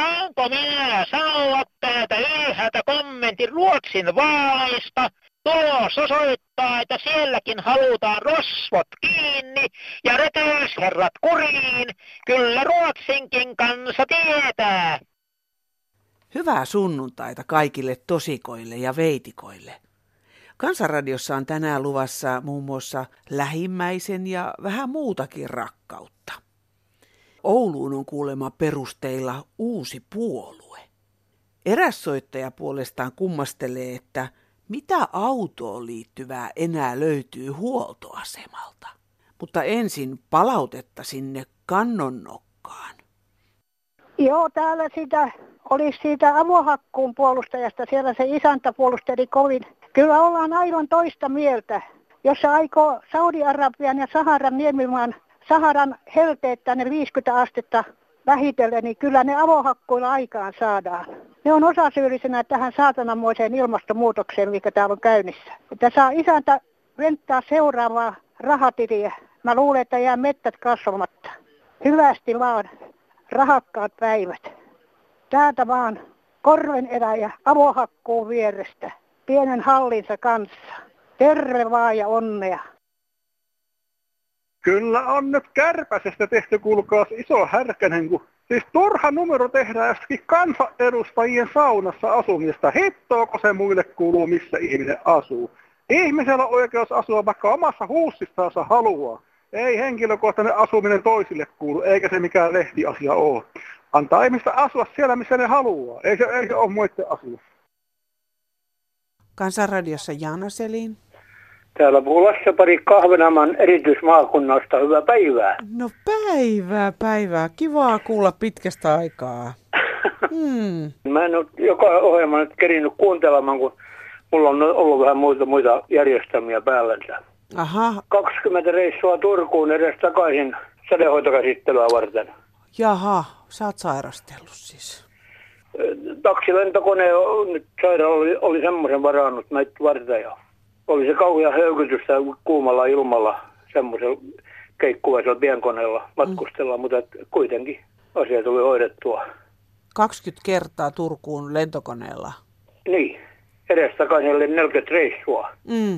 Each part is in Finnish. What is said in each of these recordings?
saanko minä sanoa täältä ylhäältä kommentin Ruotsin vaaleista? Tulos osoittaa, että sielläkin halutaan rosvot kiinni ja rötöysherrat kuriin. Kyllä Ruotsinkin kansa tietää. Hyvää sunnuntaita kaikille tosikoille ja veitikoille. Kansanradiossa on tänään luvassa muun muassa lähimmäisen ja vähän muutakin rakkautta. Ouluun on kuulemma perusteilla uusi puolue. Eräs soittaja puolestaan kummastelee, että mitä autoon liittyvää enää löytyy huoltoasemalta. Mutta ensin palautetta sinne Kannonnokkaan. Joo, täällä olisi siitä avohakkuun puolustajasta. Siellä se isäntä puolusteli kovin. Kyllä ollaan aivan toista mieltä. Jos se aikoo Saudi-Arabian ja Saharan niemimaan Saharan helteet tänne 50 astetta vähitellen, niin kyllä ne avohakkuilla aikaan saadaan. Ne on osasyyllisenä tähän saatananmoiseen ilmastonmuutokseen, mikä täällä on käynnissä. Että saa isäntä venttaa seuraavaa rahatiliä. Mä luulen, että jää mettät kasvamatta. Hyvästi vaan rahakkaat päivät. Täältä vaan korveneläjä avohakkuun vierestä. Pienen hallinsa kanssa. Terve vaan ja onnea. Kyllä on nyt Kärpäsestä tehty, kuulkaas, iso härkänen, kun siis turha numero tehdään jostakin kansanedustajien saunassa asumista. Hittoako se muille kuuluu, missä ihminen asuu? Ihmisellä on oikeus asua vaikka omassa huussistansa haluaa. Ei henkilökohtainen asuminen toisille kuulu, eikä se mikään lehtiasia ole. Antaa ihmistä asua siellä, missä ne haluaa. Ei se ole muiden asia. Kansanradiossa Jaana Selin. Täällä puhuu Lasse-Pari Kahvenaman erityismaakunnasta. Hyvää päivää. No päivää. Kivaa kuulla pitkästä aikaa. Mä en ole joka ohjelma nyt kerinyt kuuntelemaan, kun mulla on ollut vähän muita järjestelmiä päällänsä. Aha. 20 reissua Turkuun edes takaisin sädehoitokäsittelyä varten. Jaha, sä oot sairastellut siis. Taksilentokone nyt sairaala oli semmoisen varannut näitä varten ja oli se kauhea höykytystä kuumalla ilmalla semmoisella keikkuvaisella pienkoneella matkustella, mutta kuitenkin asia tuli hoidettua. 20 kertaa Turkuun lentokoneella? Niin, edestakaisin 40 reissua.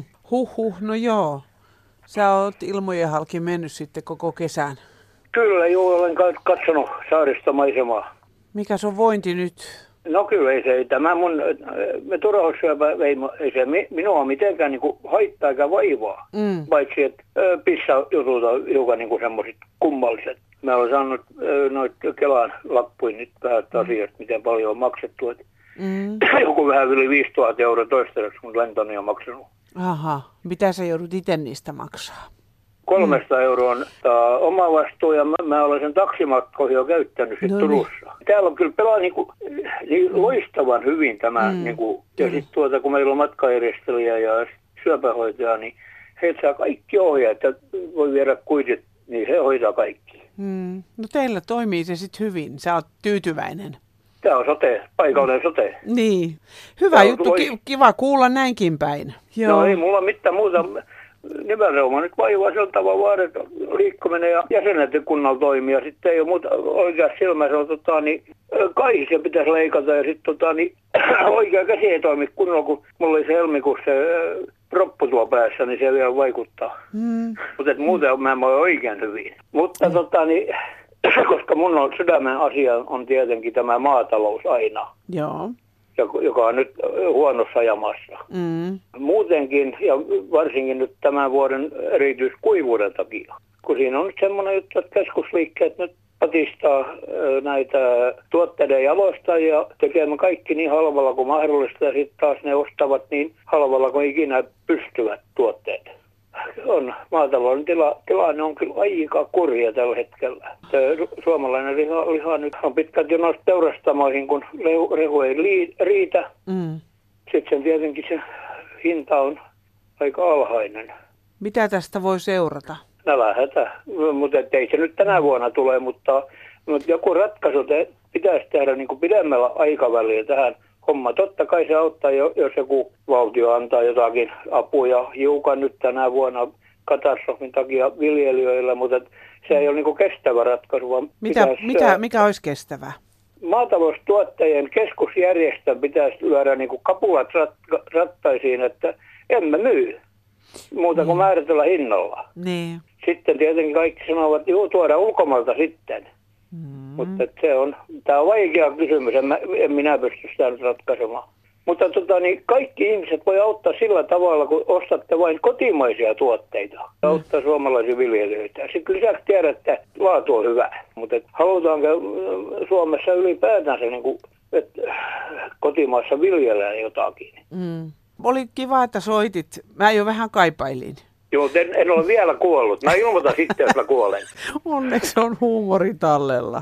No joo. Sä oot ilmojen halki mennyt sitten koko kesän. Kyllä, joo, olen katsonut saaristomaisemaa. Mikäs on vointi nyt? No kyllä, ei tämä mun turhaussyöpä, ei se minua mitenkään niin haittaa eikä vaivaa. Paitsi, että pissajutut on hiukan niin semmoiset kummalliset. Mä olen saanut noita Kelan lappuja nyt vähän asioista, miten paljon on maksettu. Joku vähän yli 5 000 € toistaiseksi, kun lentoni on maksanut. Aha, mitä sä joudut itse niistä maksaa? 300 € on oma vastuu ja mä olen sen taksimatkoihin jo käyttänyt sitten Turussa. Täällä on kyllä pelaa niin loistavan hyvin tämä. Ja sitten kun meillä on matkajärjestelijä ja syöpähoitaja, niin heitä saa kaikki ohjeet ja voi viedä kuitit, niin he hoitaa kaikki. No teillä toimii se sitten hyvin. Sä oot tyytyväinen. Tämä on sote, paikallinen sote. Niin. Hyvä juttu, kiva kuulla näinkin päin. Joo. No ei mulla mitään muuta. Nivelreuma nyt vaivaa sillä tavalla vaan, että liikkuminen ja jäsenet kunnalla toimii. Ja sitten ei ole muuta oikea silmä, se on niin kai se pitäisi leikata ja sitten oikea käsi ei toimi kunnolla, kun mulla oli se helmikuussa se proppu tuo päässä, niin se vielä vaikuttaa. Mutta muuten mä en voi oikein hyvin. Mutta koska mun on sydämen asia on tietenkin tämä maatalous aina. Joo. Joka on nyt huonossa jamassa. Muutenkin, ja varsinkin nyt tämän vuoden erityiskuivuuden takia. Kun siinä on nyt semmoinen juttu, että keskusliikkeet nyt patistaa näitä tuotteiden jalostajia tekemään kaikki niin halvalla kuin mahdollista, ja sitten taas ne ostavat niin halvalla kuin ikinä pystyvät tuotteet. Maatalouden tilanne on kyllä aika kurja tällä hetkellä. Suomalainen liha nyt on pitkälti jo noista teurastamoihin, kun rehu ei riitä. Sitten sen tietenkin se hinta on aika alhainen. Mitä tästä voi seurata? Nälähätä, mutta ei se nyt tänä vuonna tule, mutta joku ratkaisu pitäisi tehdä niin kuin pidemmällä aikavälillä tähän homma. Totta kai se auttaa, jos joku valtio antaa jotakin apuja hiukan nyt tänä vuonna katastrofin takia viljelijöillä, mutta se ei ole niin kuin kestävä ratkaisu. Vaan mikä olisi kestävä? maataloustuottajien keskusjärjestö pitäisi lyödä niin kuin kapulat rattaisiin, että emme myy muuta kuin määrätyllä hinnalla. Niin. Sitten tietenkin kaikki sanovat, että juu, tuoda ulkomailta sitten. Mutta tämä on vaikea kysymys, en minä pysty sitä nyt ratkaisemaan. Mutta niin kaikki ihmiset voi auttaa sillä tavalla, kun ostatte vain kotimaisia tuotteita. Auttaa suomalaisia viljelijöitä. Sitten lisäksi tiedätte, että laatu on hyvä. Mutta halutaanko Suomessa ylipäätänsä, niin kuin, että kotimaassa viljellään jotakin? Oli kiva, että soitit. Mä jo vähän kaipailin. Joo, en ole vielä kuollut. Mä ilmoitan sitten, jos mä kuolen. Onneksi on huumori tallella.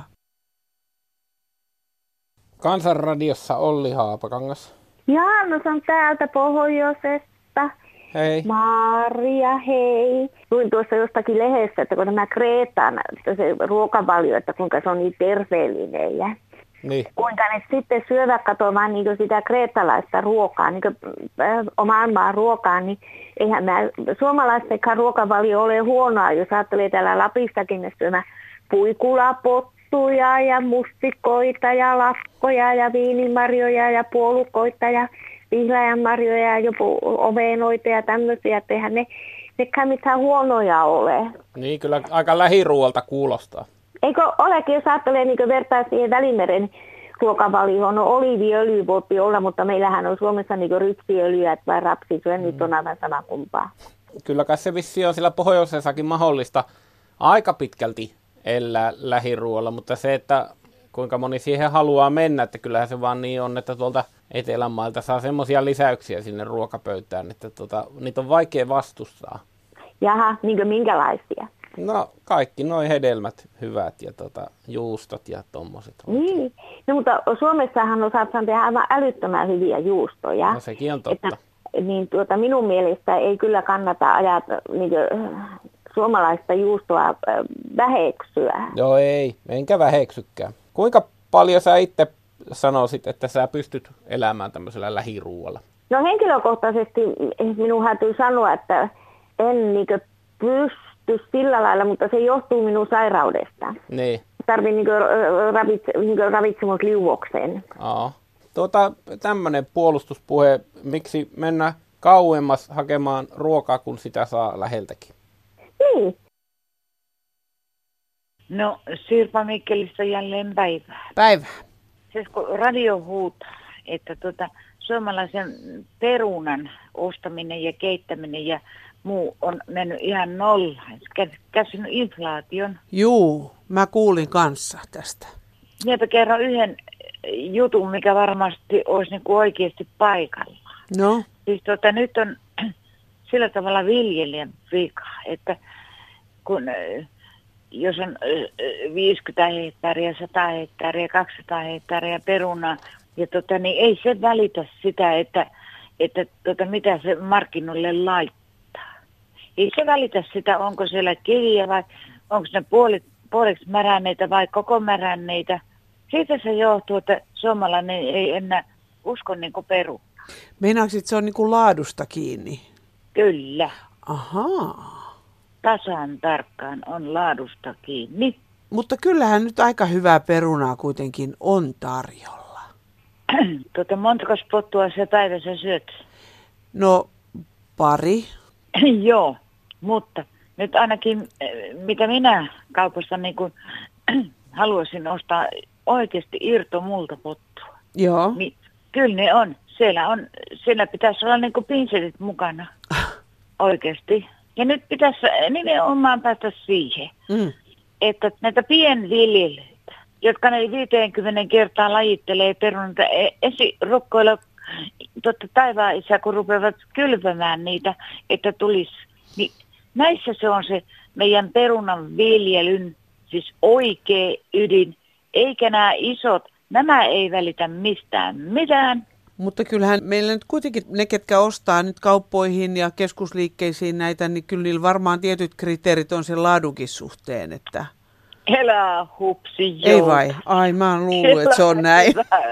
Kansanradiossa Olli Haapakangas. Jaanus on täältä pohjoisesta. Hei. Maria, hei. Luin tuossa jostakin lehdessä, että kun tämä Kreetan se ruokavalio, että kuinka se on niin terveellinen ja niin. Kuinka ne sitten syövät katomaan niin sitä kreetalaista ruokaa, niin oman maan ruokaa, niin eihän suomalaistenkaan ruokavalio ole huonoa, jos ajattelee täällä Lapissakin ne syömään puikulapottuja ja mustikoita ja lakkoja ja viinimarjoja ja puolukoita ja pihlajanmarjoja ja joku omenoita ja tämmöisiä, että eihän nekään mitään huonoja ole. Niin, kyllä aika lähiruolta kuulostaa. Eikö olekin, jos ajattelee niin vertaa siihen Välimeren ruokavalioon, no oliiviöljy voi olla, mutta meillähän on Suomessa niin rypsiöljyä vai rapsisyö, nyt on aivan sama kumpaa. Kyllä kai se vissi on sillä pohjoisessakin mahdollista aika pitkälti elää lähiruoalla, mutta se, että kuinka moni siihen haluaa mennä, että kyllähän se vaan niin on, että tuolta Etelänmailta saa semmoisia lisäyksiä sinne ruokapöytään, että niitä on vaikea vastustaa. Jaha, niin minkälaisia? No kaikki noi hedelmät hyvät ja juustot ja tommoset. Niin, no mutta Suomessahan osataan tehdä aivan älyttömän hyviä juustoja. No sekin on totta. Että, minun mielestä ei kyllä kannata ajatella suomalaista juustoa väheksyä. Joo ei, enkä väheksykään. Kuinka paljon sä itse sanoisit, että sä pystyt elämään tämmöisellä lähiruualla? No henkilökohtaisesti minun täytyy sanoa, että en pysty sillä lailla, mutta se johtuu minun sairaudesta. Niin. Tarvitsen ravitsemusliuokseen. Tämmöinen puolustuspuhe, miksi mennä kauemmas hakemaan ruokaa, kun sitä saa läheltäkin? Niin. No, Sirpa Mikkelistä jälleen päivää. Päivää. Siis kun radio huutaa, että suomalaisen perunan ostaminen ja keittäminen ja muu on mennyt ihan nollaan. Käsinyt inflaation. Juu, mä kuulin kanssa tästä. Minäpä kerron yhden jutun, mikä varmasti olisi niin kuin oikeasti paikallaan. No? Siis nyt on sillä tavalla viljelijän vika, että kun jos on 50 hehtaaria, 100 hehtaaria, 200 hehtaaria perunaa, ja niin ei se välitä sitä, että mitä se markkinoille laittaa. Ei se välitä sitä, onko siellä kiviä vai onko ne puoliksi märänneitä vai koko märänneitä. Siitä se johtuu, että suomalainen ei enää usko niin kuin perunaa. Meinaatko, että se on niin kuin laadusta kiinni? Kyllä. Ahaa. Tasan tarkkaan on laadusta kiinni. Mutta kyllähän nyt aika hyvää perunaa kuitenkin on tarjolla. Montako pottua se päivässä syöt? No, pari. Joo, mutta nyt ainakin mitä minä kaupassa niin kun, haluaisin ostaa oikeasti irtomultapottua. Joo. Niin, kyllä ne on. Siellä pitäisi olla niin kuin pinselit mukana oikeasti. Ja nyt pitäisi nimenomaan päästä siihen, että näitä pienviljelijöitä, jotka ne 50 kertaa lajittelee perunat esirukkoilla taivaan isä, kun rupeavat kylvämään niitä, että tulisi. Niin näissä se on se meidän perunan viljelyn, siis oikea ydin, eikä nämä isot, nämä ei välitä mistään mitään. Mutta kyllähän meillä nyt kuitenkin ne, ketkä ostaa nyt kauppoihin ja keskusliikkeisiin näitä, niin kyllä niillä varmaan tietyt kriteerit on sen laadunkin suhteen, että... Elää hupsi, joo. Ei vai? Ai, mä oon luullut, että se on näin.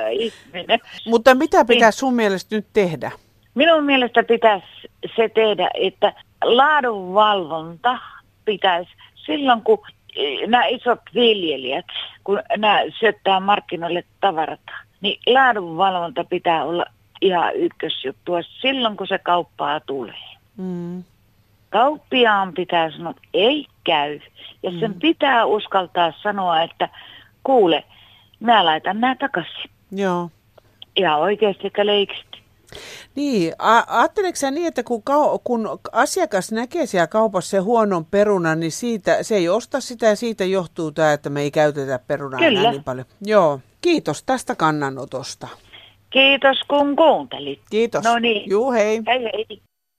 Mutta mitä pitäisi sun mielestä nyt tehdä? Minun mielestä pitäisi se tehdä, että laadunvalvonta pitäisi silloin, kun nämä isot viljelijät, kun nämä syöttää markkinoille tavarata, niin laadunvalvonta pitää olla ihan ykkösjuttua silloin, kun se kauppaa tulee. Kauppiaan pitää sanoa, että ei käy. Ja sen pitää uskaltaa sanoa, että kuule, mä laitan nämä takaisin. Joo. Ja oikeasti leikistä. Niin, ajatteleeko sä niin, että kun asiakas näkee siellä kaupassa se huonon perunan, niin se ei osta sitä ja siitä johtuu tämä, että me ei käytetä perunaa enää niin paljon. Joo, kiitos tästä kannanotosta. Kiitos kun kuuntelit. Kiitos. No niin. Juu, hei. Hei hei.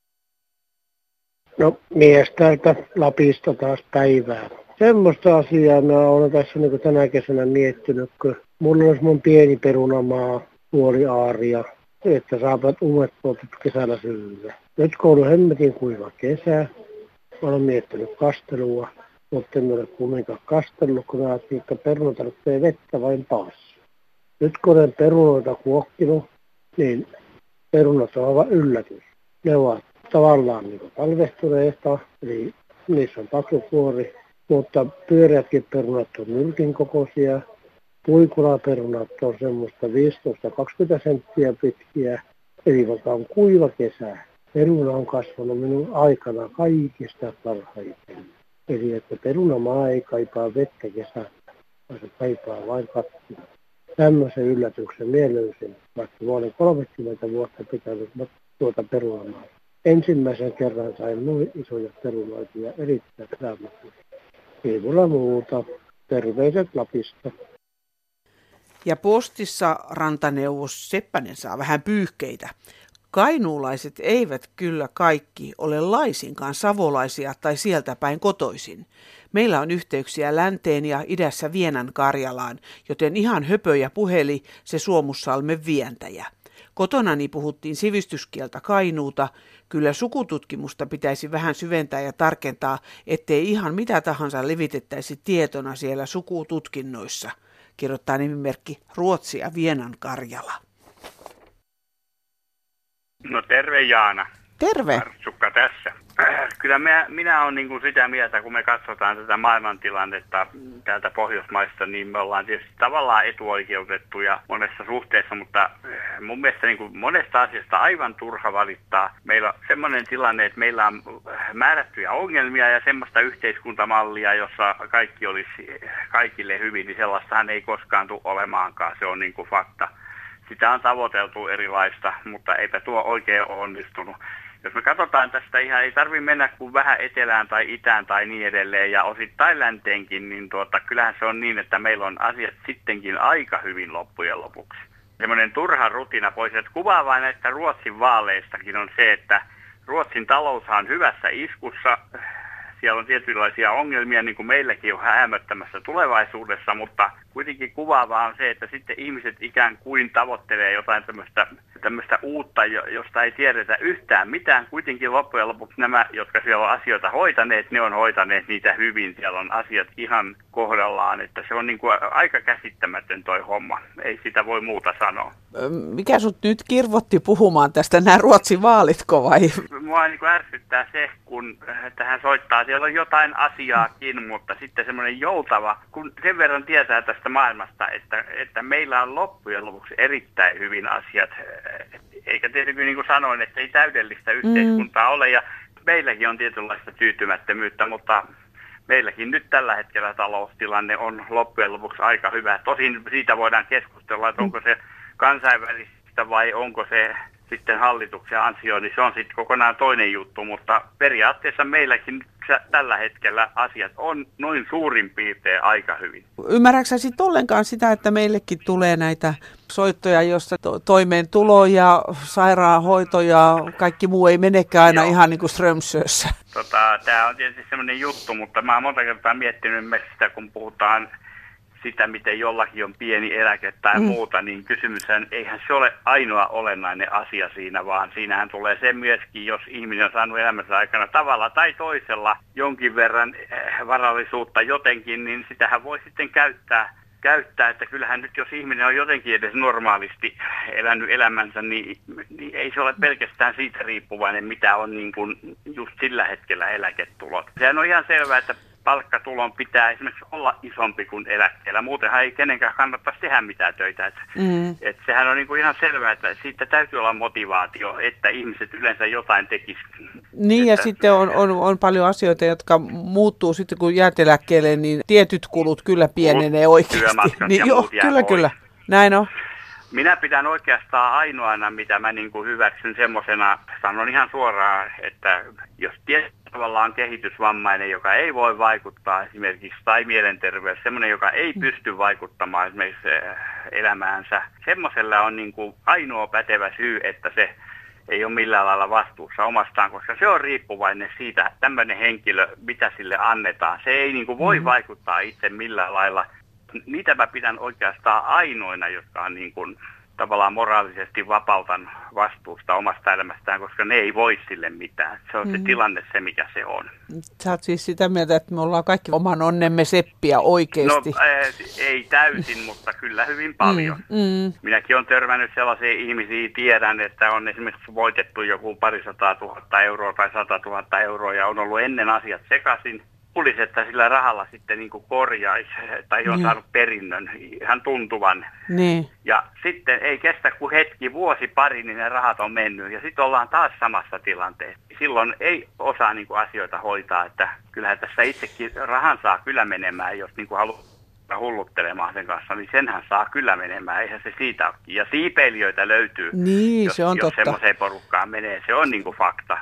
No mies täältä Lapista taas päivää. Semmoista asiaa mä olen tässä niin tänä kesänä miettinyt, kun mulla olisi mun pieni perunamaa, puoli aaria, että saapat uudet poltit kesällä syödä. Nyt kun on hemmetin kuiva kesä, mä olen miettinyt kastelua, mutta en ole kumminkaan kastellut, kun mä ajattelin, että perunat tarvitsee vettä vain paassa. Nyt kun olen perunoita kuokkinut, niin perunat on aivan yllätys. Ne ovat tavallaan niin talvehtuneita, eli niissä on paksu kuori, mutta pyöreätkin perunat on nyrkin kokoisia. Puikulaperunat on semmoista 15-20 senttiä pitkiä, eli vaikka on kuiva kesä. Peruna on kasvanut minun aikana kaikista parhaiten. Eli että perunamaa ei kaipaa vettä kesällä, vaan se kaipaa vain kattia. Tämmöisen yllätyksen mieluisin, vaikka mä olen 30 vuotta pitänyt tuota perunamaa. Ensimmäisen kerran sain noin isoja perunoita ja erittäin hyvää. Ei mulla muuta. Terveiset Lapista. Ja postissa rantaneuvos Seppänen saa vähän pyyhkeitä. Kainuulaiset eivät kyllä kaikki ole laisinkaan savolaisia tai sieltä päin kotoisin. Meillä on yhteyksiä länteen ja idässä Vienan Karjalaan, joten ihan höpöjä puheli se Suomussalmen vientäjä. Kotonani puhuttiin sivistyskieltä kainuuta. Kyllä sukututkimusta pitäisi vähän syventää ja tarkentaa, ettei ihan mitä tahansa levitettäisi tietona siellä sukututkinnoissa, kirjoittaa nimimerkki Ruotsi ja Vienan Karjala. No terve Jaana. Terve. Artsukka tässä. Kyllä minä olen niin sitä mieltä, kun me katsotaan tätä maailmantilannetta täältä Pohjoismaista, niin me ollaan tietysti tavallaan etuoikeutettuja monessa suhteessa, mutta mun mielestä niin kuin monesta asiasta aivan turha valittaa. Meillä on semmoinen tilanne, että meillä on määrättyjä ongelmia ja semmoista yhteiskuntamallia, jossa kaikki olisi kaikille hyvin, niin sellaistahan ei koskaan tule olemaankaan. Se on niin kuin fakta. Sitä on tavoiteltu erilaista, mutta eipä tuo oikein ole onnistunut. Jos me katsotaan tästä ihan, ei tarvitse mennä kuin vähän etelään tai itään tai niin edelleen ja osittain länteenkin, niin kyllähän se on niin, että meillä on asiat sittenkin aika hyvin loppujen lopuksi. Semmoinen turha rutina pois, että kuvaavaa näistä Ruotsin vaaleistakin on se, että Ruotsin taloushan on hyvässä iskussa. Siellä on tietynlaisia ongelmia, niin kuin meilläkin on hämöttämässä tulevaisuudessa, mutta kuitenkin kuvaavaa on se, että sitten ihmiset ikään kuin tavoittelee jotain tämmöistä uutta, josta ei tiedetä yhtään mitään. Kuitenkin loppujen lopuksi nämä, jotka siellä on asioita hoitaneet, ne on hoitaneet niitä hyvin. Siellä on asiat ihan kohdallaan, että se on niin kuin aika käsittämätön toi homma. Ei sitä voi muuta sanoa. Mikä sut nyt kirvotti puhumaan tästä, nämä Ruotsin vaalitko vai? Mua niin kuin ärsyttää se, kun tähän soittaa. Siellä on jotain asiaakin, mutta sitten semmoinen joutava, kun sen verran tietää tästä maailmasta, että meillä on loppujen lopuksi erittäin hyvin asiat. Eikä tietenkin niin kuin sanoin, että ei täydellistä yhteiskuntaa ole ja meilläkin on tietynlaista tyytymättömyyttä, mutta meilläkin nyt tällä hetkellä taloustilanne on loppujen lopuksi aika hyvä. Tosin siitä voidaan keskustella, että onko se kansainvälistä vai onko se sitten hallituksen ansio, niin se on sitten kokonaan toinen juttu, mutta periaatteessa meilläkin tällä hetkellä asiat on noin suurin piirtein aika hyvin. Ymmärrätkö sä sitten ollenkaan sitä, että meillekin tulee näitä soittoja, jossa toimeentulo ja sairaanhoito ja kaikki muu ei menekään aina ihan niin kuin Strömsössä? Tämä on tietysti sellainen juttu, mutta mä oon monta kertaa miettinyt myös sitä, kun puhutaan sitä, miten jollakin on pieni eläke tai muuta, niin kysymyshän, eihän se ole ainoa olennainen asia siinä, vaan siinähän tulee se myöskin, jos ihminen on saanut elämänsä aikana tavalla tai toisella jonkin verran varallisuutta jotenkin, niin sitähän voi sitten käyttää, että kyllähän nyt jos ihminen on jotenkin edes normaalisti elänyt elämänsä, niin ei se ole pelkästään siitä riippuvainen, mitä on niin kuin just sillä hetkellä eläketulot. Sehän on ihan selvää, että palkkatulon pitää esimerkiksi olla isompi kuin eläkkeellä. Muutenhan ei kenenkään kannattaisi tehdä mitään töitä. Et sehän on niin kuin ihan selvää, että siitä täytyy olla motivaatio, että ihmiset yleensä jotain tekisivät. Niin, ja sitten on paljon asioita, jotka muuttuu sitten, kun jäät eläkkeelle, niin tietyt kulut kyllä pienenee oikeasti. Niin, joo, kyllä. Näin on. Minä pidän oikeastaan ainoana, mitä mä niin kuin hyväksyn semmoisena, sanon ihan suoraan, että jos tavallaan on kehitysvammainen, joka ei voi vaikuttaa esimerkiksi, tai mielenterveys, semmoinen, joka ei pysty vaikuttamaan esimerkiksi elämäänsä, semmoisella on niin kuin ainoa pätevä syy, että se ei ole millään lailla vastuussa omastaan, koska se on riippuvainen siitä, tämmöinen henkilö, mitä sille annetaan. Se ei niin kuin voi vaikuttaa itse millään lailla. Niitä mä pidän oikeastaan ainoina, jotka on niin kuin tavallaan moraalisesti vapautan vastuusta omasta elämästään, koska ne ei voi sille mitään. Se on se tilanne se, mikä se on. Sä oot siis sitä mieltä, että me ollaan kaikki oman onnemme seppiä oikeasti. No ei täysin, mutta kyllä hyvin paljon. Minäkin olen törmännyt sellaisia ihmisiä, tiedän, että on esimerkiksi voitettu joku 200 000 euroa tai 100 000 euroa ja on ollut ennen asiat sekaisin. Luulisi, että sillä rahalla sitten niin kuin korjaisi tai on saanut perinnön ihan tuntuvan. Niin. Ja sitten ei kestä kuin hetki, vuosi, pari, niin ne rahat on mennyt. Ja sitten ollaan taas samassa tilanteessa. Silloin ei osaa niin kuin asioita hoitaa, että kyllähän tässä itsekin rahan saa kyllä menemään, jos niin kuin haluaa hulluttelemaan sen kanssa, niin senhän saa kyllä menemään, eihän se siitä ole. Ja siipeilijöitä löytyy, niin, jos, se on jos totta. semmoiseen porukkaan menee. Se on niin kuin fakta.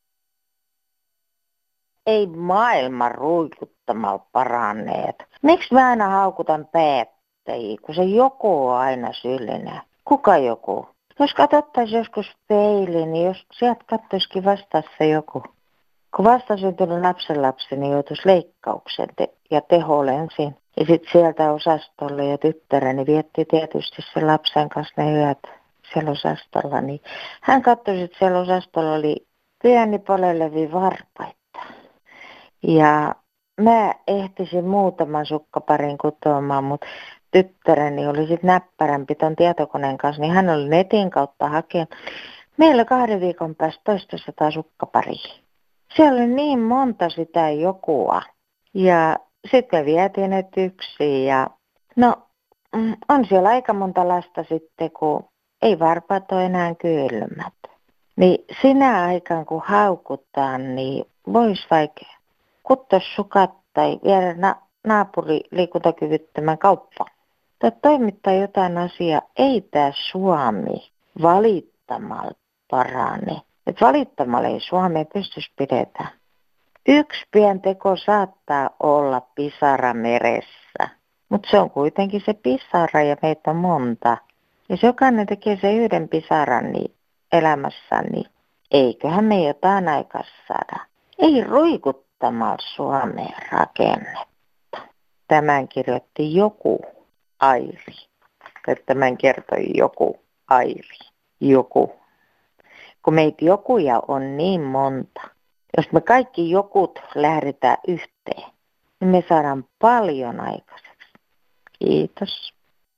Ei maailma ruikuttamalla paranneet. Miksi mä aina haukutan päättäjiä, kun se joku on aina syyllinen? Kuka joku? Jos katsottaisiin joskus peiliin, niin jos sieltä katsoisikin vastassa joku. Kun vastasyntynyt lapsenlapseni joutuisi leikkauksen ja teholle ensin. Ja sitten sieltä osastolle ja tyttäreni vietti tietysti sen lapsen kanssa ne yöt siellä osastolla. Niin hän katsoi, että siellä osastolla oli pieni palelevia varpaita. Ja mä ehtisin muutaman sukkaparin kutoamaan, mutta tyttäreni oli sitten näppärämpi ton tietokoneen kanssa, niin hän oli netin kautta hakenut. Meillä 2 viikon päästä 200 sukkaparia. Siellä oli niin monta sitä jokua. Ja sitten me vietiin ne tyksiin ja no on siellä aika monta lasta sitten, kun ei varpaat ole enää kylmät. Niin sinä aikaan kun haukutaan, niin vois vaikea kuttaa sukat tai viedä naapuri liikuntakyvyttömän kauppaan. Tai toimittaa jotain asiaa, ei tämä Suomi valittamalla parane. Et valittamalla ei Suomea pystyisi pidetään. Yksi pien teko saattaa olla pisara meressä, mutta se on kuitenkin se pisara ja meitä on monta. Jos jokainen tekee se yhden pisaran niin elämässään, niin eiköhän me jotain aikaa saada. Ei ruikuttamalla Suomea rakennetta. Tämän kirjoitti joku Airi. Tämän kertoi joku Airi. Joku. Kun meitä jokuja on niin monta. Jos me kaikki jokut lähdetään yhteen, niin me saadaan paljon aikaiseksi. Kiitos.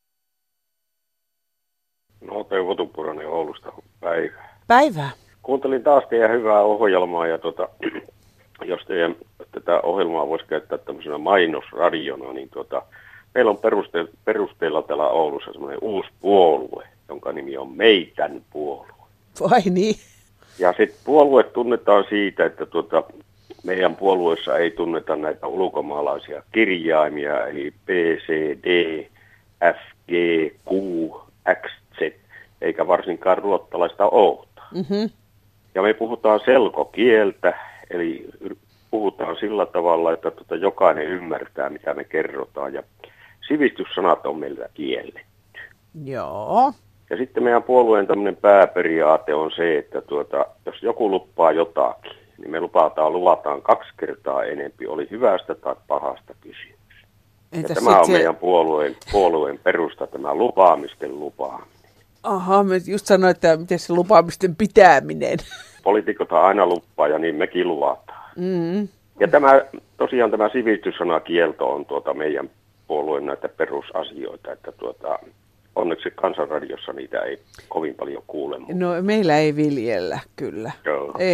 No, Teuvo Tuppurainen Oulusta. Päivää. Päivää. Kuuntelin taas teidän hyvää ohjelmaa ja jos teidän tätä ohjelmaa voisi käyttää tämmöisenä mainosradiona, niin meillä on perusteella täällä Oulussa semmoinen uusi puolue, jonka nimi on Meitän puolue. Vai niin? Ja sitten puolue tunnetaan siitä, että meidän puolueessa ei tunneta näitä ulkomaalaisia kirjaimia, eli B, C, D, F, G, Q, X, Z, eikä varsinkaan ruottalaista outa. Mm-hmm. Ja me puhutaan selkokieltä, eli puhutaan sillä tavalla, että jokainen ymmärtää, mitä me kerrotaan, ja sivistyssanat on meillä kielletty. Joo. Ja sitten meidän puolueen tämmöinen pääperiaate on se, että jos joku lupaa jotakin, niin me luvataan 2 kertaa enempi, oli hyvästä tai pahasta kysymys. Ja tämä on meidän puolueen perusta, tämä lupaamisten lupaaminen. Aha, mä just sanoin, että miten se lupaamisten pitäminen. Poliitikot aina lupaa ja niin mekin luvataan. Mm-hmm. Ja tosiaan tämä sivistyssanakielto on meidän puolueen näitä perusasioita, että onneksi Kansanradiossa niitä ei kovin paljon kuule. No meillä ei viljellä kyllä. Joo. Ei.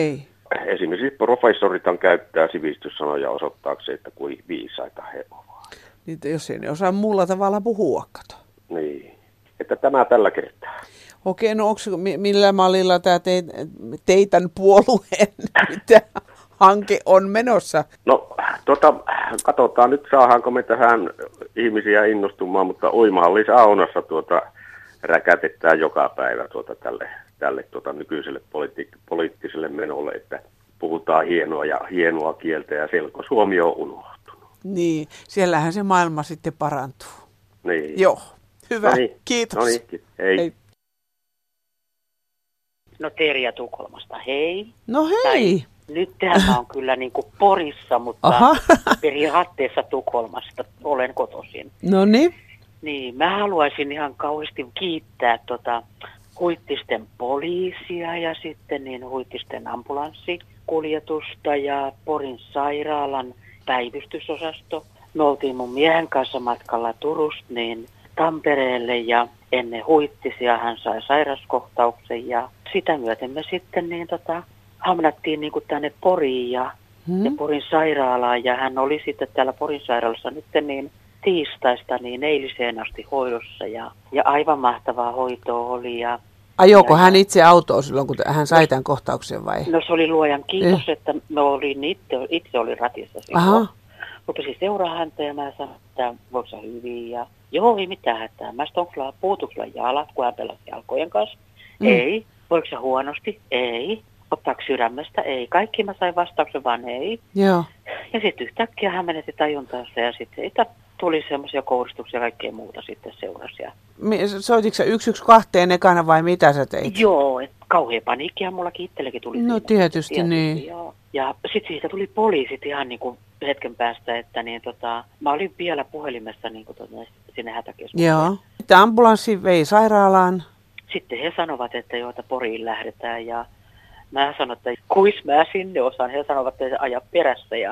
esimerkiksi professorithan käyttää sivistyssanoja osoittaakseen, että kuin viisaita he ovat. Niin, jos ei ne osaa muulla tavalla puhua, kato. Niin, että tämä tällä kertaa. Okei, no onko millä mallilla tämä teidän puolueen mitä hanke on menossa? No, katsotaan nyt saadaanko me tähän ihmisiä innostumaan, mutta uimahalli saunassa räkätetään joka päivä tälle nykyiselle poliittiselle menolle, että puhutaan hienoa kieltä ja Selko-Suomi on unohtunut. Niin, siellähän se maailma sitten parantuu. Niin. Joo, hyvä, Noniin. kiitos. Noniin. Hei. No Terja Tukholmasta, hei. No hei. Tai, nyt tämä on kyllä niin kuin Porissa, mutta periaatteessa Tukholmasta olen kotoisin. No niin. Niin, mä haluaisin ihan kauheasti kiittää Huittisten poliisia ja sitten Huittisten ambulanssikuljetusta ja Porin sairaalan päivystysosasto. Me oltiin mun miehen kanssa matkalla Turusta Tampereelle ja ennen Huittisia hän sai sairaskohtauksen ja sitä myöten me sitten hamnattiin tänne Poriin ja Porin sairaalaan ja hän oli sitten täällä Porin sairaalassa nyt tiistaista eiliseen asti hoidossa ja aivan mahtavaa hoitoa oli. Ajoiko hän itse autoa silloin, kun hän sai tämän kohtauksen vai? No se oli luojan kiitos, että itse olin ratissa silloin. Rupesin seuraa häntä ja mä sanoin, että voiko sä hyvin ja joo, ei mitään hätää. Mä sanoin, puutuiko sulla jalat, kun hän pelasi jalkojen kanssa? Ei. Voiko sä huonosti? Ei. Ottaako sydämestä? Ei. Kaikki mä sain vastauksen, vaan ei. Joo. Ja sitten yhtäkkiä hän menetti tajuntaansa ja sitten tuli semmoisia kohdistuksia ja kaikkea muuta sitten seurasi. Soititko sä 112 ekana vai mitä sä teit? Joo, kauhea paniikkihan mullakin itsellekin tuli. No tietysti niin. Joo. Ja sitten siitä tuli poliisit ihan hetken päästä, että mä olin vielä puhelimessa sinne hätäkeskukseen. Joo. Sitten ambulanssi vei sairaalaan. Sitten he sanovat, että Poriin lähdetään ja mä sanon, että kuis mä sinne osaan. He sanovat, että aja perässä ja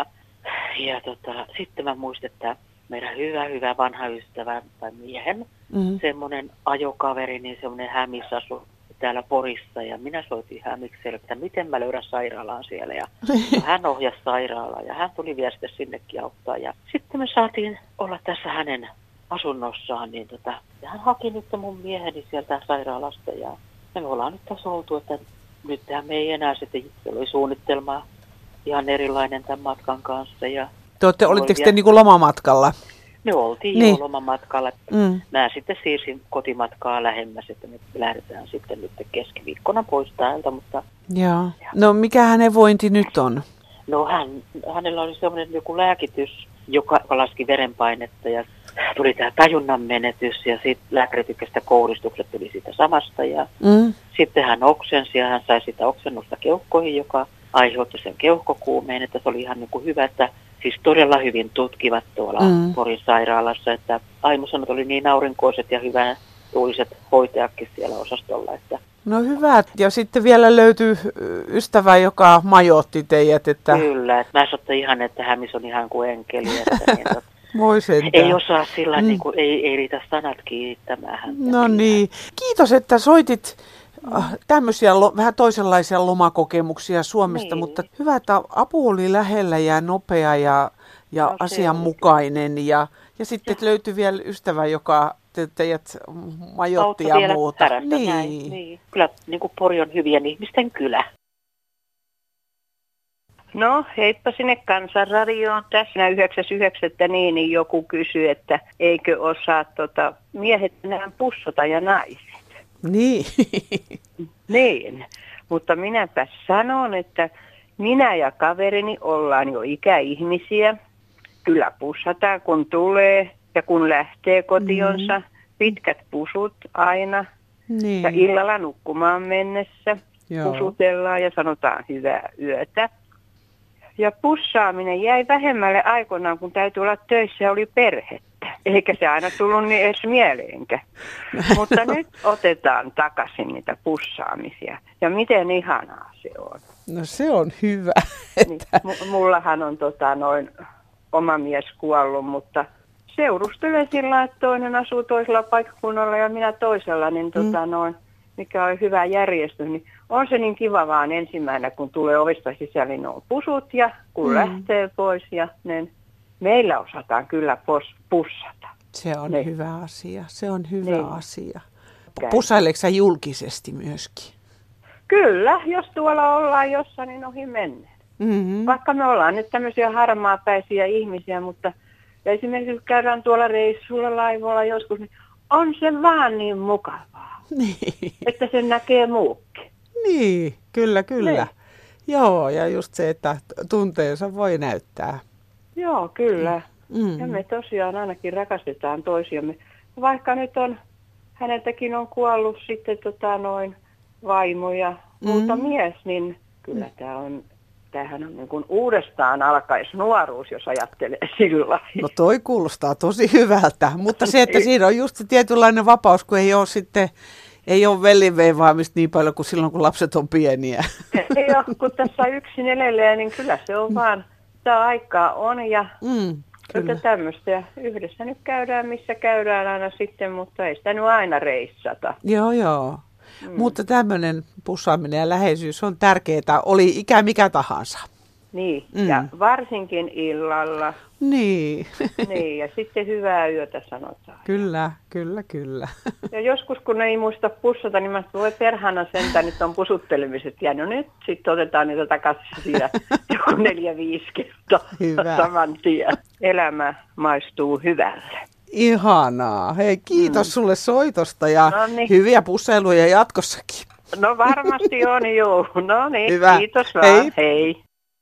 sitten mä muistin, että meidän hyvä vanha ystävä tai miehen, semmoinen ajokaveri, niin semmoinen Hämis asui täällä Porissa ja minä soitin Hämikselle, että miten mä löydän sairaalaan siellä ja hän ohjasi sairaalaa ja hän tuli vielä sitten sinnekin auttaa ja sitten me saatiin olla tässä hänen asunnossaan ja hän haki nyt mun mieheni sieltä sairaalasta ja me ollaan nyt tässä oltu, että nythän me ei enää sitten, oli suunnitelma ihan erilainen tämän matkan kanssa ja olitteko te lomamatkalla? Me oltiin jo lomamatkalla. Mä sitten siirsin kotimatkaa lähemmäs, että me lähdetään sitten nyt keskiviikkona pois täältä. Mutta joo. No mikä hänen vointi nyt on? No hänellä oli semmoinen joku lääkitys, joka laski verenpainetta ja tuli tämä tajunnan menetys ja sitten lääkäri tykkästä kohdistukset tuli siitä samasta. Ja sitten hän oksensi ja hän sai sitä oksennusta keuhkoihin, joka aiheutti sen keuhkokuumeen, että se oli ihan hyvä, että siis todella hyvin tutkivat tuolla Porin sairaalassa, että Aimo sanoi, että oli niin aurinkoiset ja hyvän tuuliset hoitajakin siellä osastolla. Että no hyvä, ja sitten vielä löytyy ystävä, joka majoitti teidät. Että kyllä, että mä sanoin ihan, että Hämis on ihan kuin enkeli. Että voi sentään. Ei osaa sillä, ei riitä sanat kiittämään häntä. No niin, kiitos, että soitit. Tämmöisiä vähän toisenlaisia lomakokemuksia Suomesta, mutta hyvä, että apu oli lähellä ja nopea ja asianmukainen. Ja sitten löytyi vielä ystävä, joka teidät majoitti ja muuta. Niin. Kyllä Pori on hyvien ihmisten kylä. No, heippa sinne Kansanradioon. Tässä 9.9. niin joku kysyi, että eikö osaa miehet enää pussota ja naiset. Niin. Niin, mutta minäpä sanon, että minä ja kaverini ollaan jo ikäihmisiä. Kyllä pussataan kun tulee ja kun lähtee kotionsa. Pitkät pusut aina. Niin. Ja illalla nukkumaan mennessä pusutellaan ja sanotaan hyvää yötä. Ja pussaaminen jäi vähemmälle aikoinaan, kun täytyy olla töissä ja oli perhettä. Eikä se aina tullut niin edes mieleenkä. Mutta nyt otetaan takaisin niitä pussaamisia. Ja miten ihanaa se on. No se on hyvä. Että niin, mullahan on oma mies kuollut, mutta seurustelen sillä, että toinen asuu toisella paikkakunnalla ja minä toisella. Niin mikä on hyvä järjestys, niin on se niin kiva vaan ensimmäinen, kun tulee ovista sisälle, niin on pusut ja kun lähtee pois ja meillä osataan kyllä pussata. Se on hyvä asia, se on hyvä asia. Pussaileeko sä julkisesti myöskin? Kyllä, jos tuolla ollaan jossain, niin ohi mennään. Mm-hmm. Vaikka me ollaan nyt tämmöisiä harmaapäisiä ihmisiä, mutta esimerkiksi kun käydään tuolla reissulla laivoilla joskus, niin on se vaan niin mukavaa, että sen näkee muukin. Niin, kyllä. Niin. Joo, ja just se, että tunteensa voi näyttää. Joo, kyllä. Ja me tosiaan ainakin rakastetaan toisiamme. Vaikka nyt on, häneltäkin on kuollut sitten vaimo ja muuta mies, niin kyllä tämähän on niin kuin uudestaan alkaisi nuoruus, jos ajattelee sillä. No toi kuulostaa tosi hyvältä, mutta se, että siinä on just se tietynlainen vapaus, kun ei ole veliveivaamista niin paljon kuin silloin, kun lapset on pieniä. Ei ole, kun tässä yksin edelleen, niin kyllä se on vaan, tämä aikaa on ja tämmöistä. Ja yhdessä nyt käydään, missä käydään aina sitten, mutta ei sitä nyt aina reissata. Joo. Mutta tämmöinen pussaaminen ja läheisyys on tärkeää, oli ikä mikä tahansa. Niin, ja varsinkin illalla. Niin. Niin, ja sitten hyvää yötä sanotaan. Kyllä. Ja joskus kun ei muista pussata, niin mä voi perhana sentään, nyt on pusuttelemiset. Ja no nyt sitten otetaan niitä takaisin siinä joku 4-5 kertaa saman tien. Elämä maistuu hyvälle. Ihanaa. Hei, kiitos sulle soitosta ja hyviä pussailuja jatkossakin. No varmasti on, joo. No niin, hyvä. Kiitos vaan. Hei.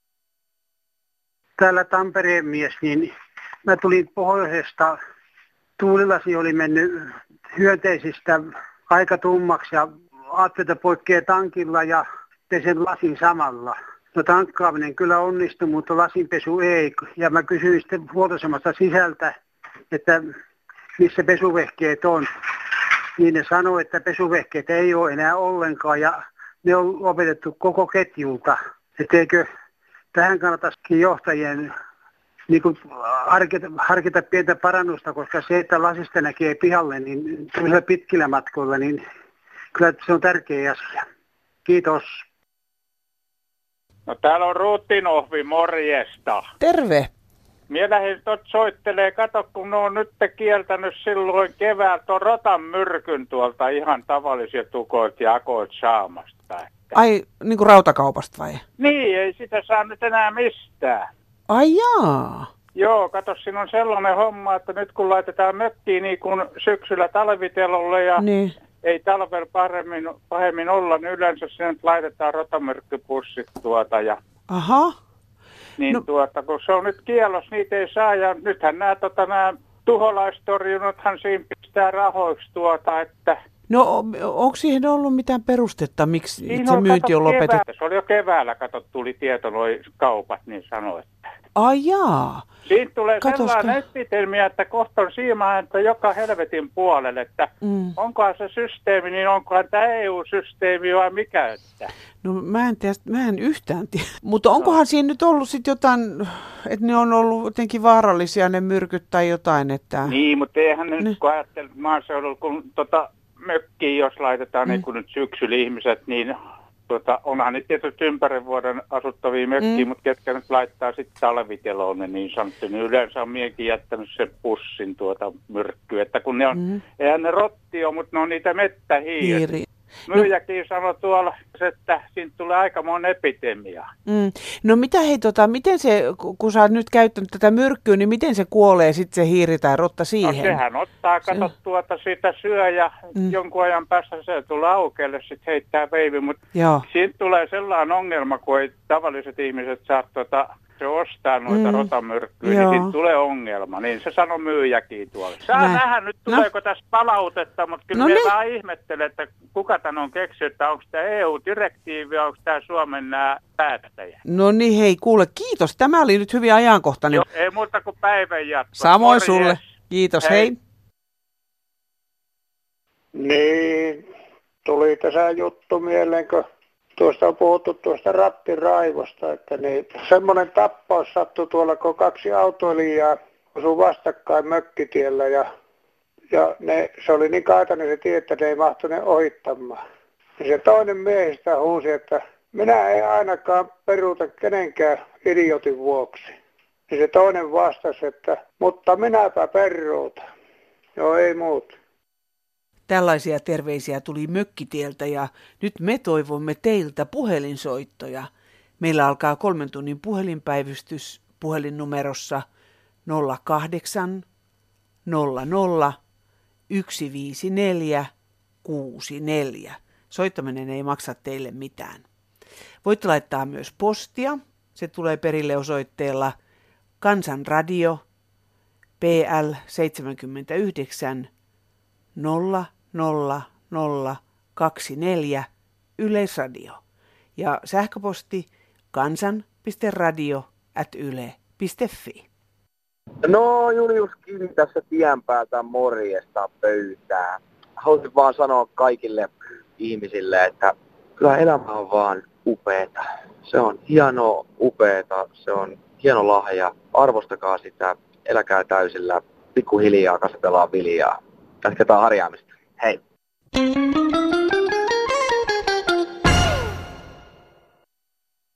Täällä Tampereen mies, niin mä tulin pohjoisesta. Tuulilasi oli mennyt hyönteisistä aika tummaksi ja ajattelin, että poikkeaa tankilla ja pesen lasin samalla. No tankkaaminen kyllä onnistui, mutta lasinpesu ei. Ja mä kysyin sitten huoltoasemasta sisältä, että missä pesuvehkeet on. Niin ne sanoi, että pesuvehkeet ei ole enää ollenkaan ja ne on lopetettu koko ketjulta. Että eikö tähän kannattaisikin johtajien niin kuin harkita pientä parannusta, koska se, että lasista näkee pihalle, niin pitkillä matkoilla, niin kyllä se on tärkeä asia. Kiitos. No täällä on Ruutinohvi, morjesta. Terve. Mie lähdin soittelee, kato kun ne on nyt kieltänyt silloin keväällä tuon rotan myrkyn tuolta ihan tavallisia tukoit ja akoit saamasta. Ai, niin kuin rautakaupasta vai? Niin, ei sitä saa nyt enää mistään. Ai jaa. Joo, kato, siinä on sellainen homma, että nyt kun laitetaan mökkiin niin kuin syksyllä talvitelolle ja ei talvella pahemmin olla, niin yleensä sinne laitetaan rotamyrkkypussit ja... Aha. Niin kun se on nyt kiellos, niitä ei saa ja nythän nämä tuholaistorjunnothan siinä pistää rahoiksi että... No onko siihen ollut mitään perustetta, miksi se myynti on lopetettu? Se oli jo keväällä, tuli tieto noi kaupat, niin sanoi, että... Ai jaa. Siinä tulee sellainen epidemia, että kohta on siimaa, että joka helvetin puolelle, että onkohan se systeemi, niin onkohan tämä EU-systeemi vai mikä, että... No mä en yhtään tiedä. Mutta onkohan siinä nyt ollut sitten jotain, että ne on ollut jotenkin vaarallisia ne myrkyt tai jotain, että... Niin, mutta eihän nyt kun ajattelet maaseudulla, kun mökkiin, jos laitetaan niin kuin nyt syksyllä ihmiset, niin onhan nyt tietysti ympäri vuoden asuttavia mökkiä, mutta ketkä nyt laittaa sitten talviteloon ne niin sanottu, niin yleensä on miekin jättänyt sen pussin myrkkyä, että kun ne on, eihän ne rotti ole, mutta ne on niitä mettähiiriä. Myyjäkin sanoi tuolla, että siinä tulee aikamoinen epidemia. No mitä miten se, kun sä oot nyt käyttänyt tätä myrkkyä, niin miten se kuolee sitten se hiiri tai rotta siihen? No sehän ottaa, siitä syö ja jonkun ajan päästä se tulee aukeelle, sitten heittää veivi, mutta siinä tulee sellainen ongelma, kun ei tavalliset ihmiset saa se ostaa noita rotamyrkkyjä, niin siitä tulee ongelma. Niin se sanoi myyjäkin tuolla. Saa nähdä nyt tuleeko tässä palautetta, mutta kyllä minä vähän ihmettelen, että kuka tämän on keksinyt, että onko tämä EU-direktiivi, onko tämä Suomen nämä päättäjät. No niin, hei kuule, kiitos. Tämä oli nyt hyvin ajankohtainen. Joo, ei muuta kuin päivän jatko. Samoin sulle. Kiitos, hei. Niin, tuli tässä juttu mieleen, kun tuosta on puhuttu tuosta rattiraivosta, että niin, semmoinen tappaus sattui tuolla, kun 2 autoilijaa osui vastakkain mökkitiellä ja se oli niin kaitainen se tie, että ne ei mahtuneet ohittamaan. Ja se toinen miehistä huusi, että minä en ainakaan peruuta kenenkään idiotin vuoksi. Ja se toinen vastasi, että mutta minäpä peruutan. Joo, ei muuta. Tällaisia terveisiä tuli Mökkitieltä ja nyt me toivomme teiltä puhelinsoittoja. Meillä alkaa 3 tunnin puhelinpäivystys puhelinnumerossa 08 00 154 64. Soittaminen ei maksa teille mitään. Voitte laittaa myös postia. Se tulee perille osoitteella Kansanradio PL 79 00024 Yleisradio ja sähköposti kansan.radio@yle.fi. No Juliuskin tässä tien päältä morjesta pöytää. Haluaisin vaan sanoa kaikille ihmisille, että kyllä elämä on vaan upeeta. Se on hienoa, upeeta, se on hieno lahja. Arvostakaa sitä, eläkää täysillä, pikkuhiljaa kasvatellaan viljaa. Jatketaan harjaamista. Hei!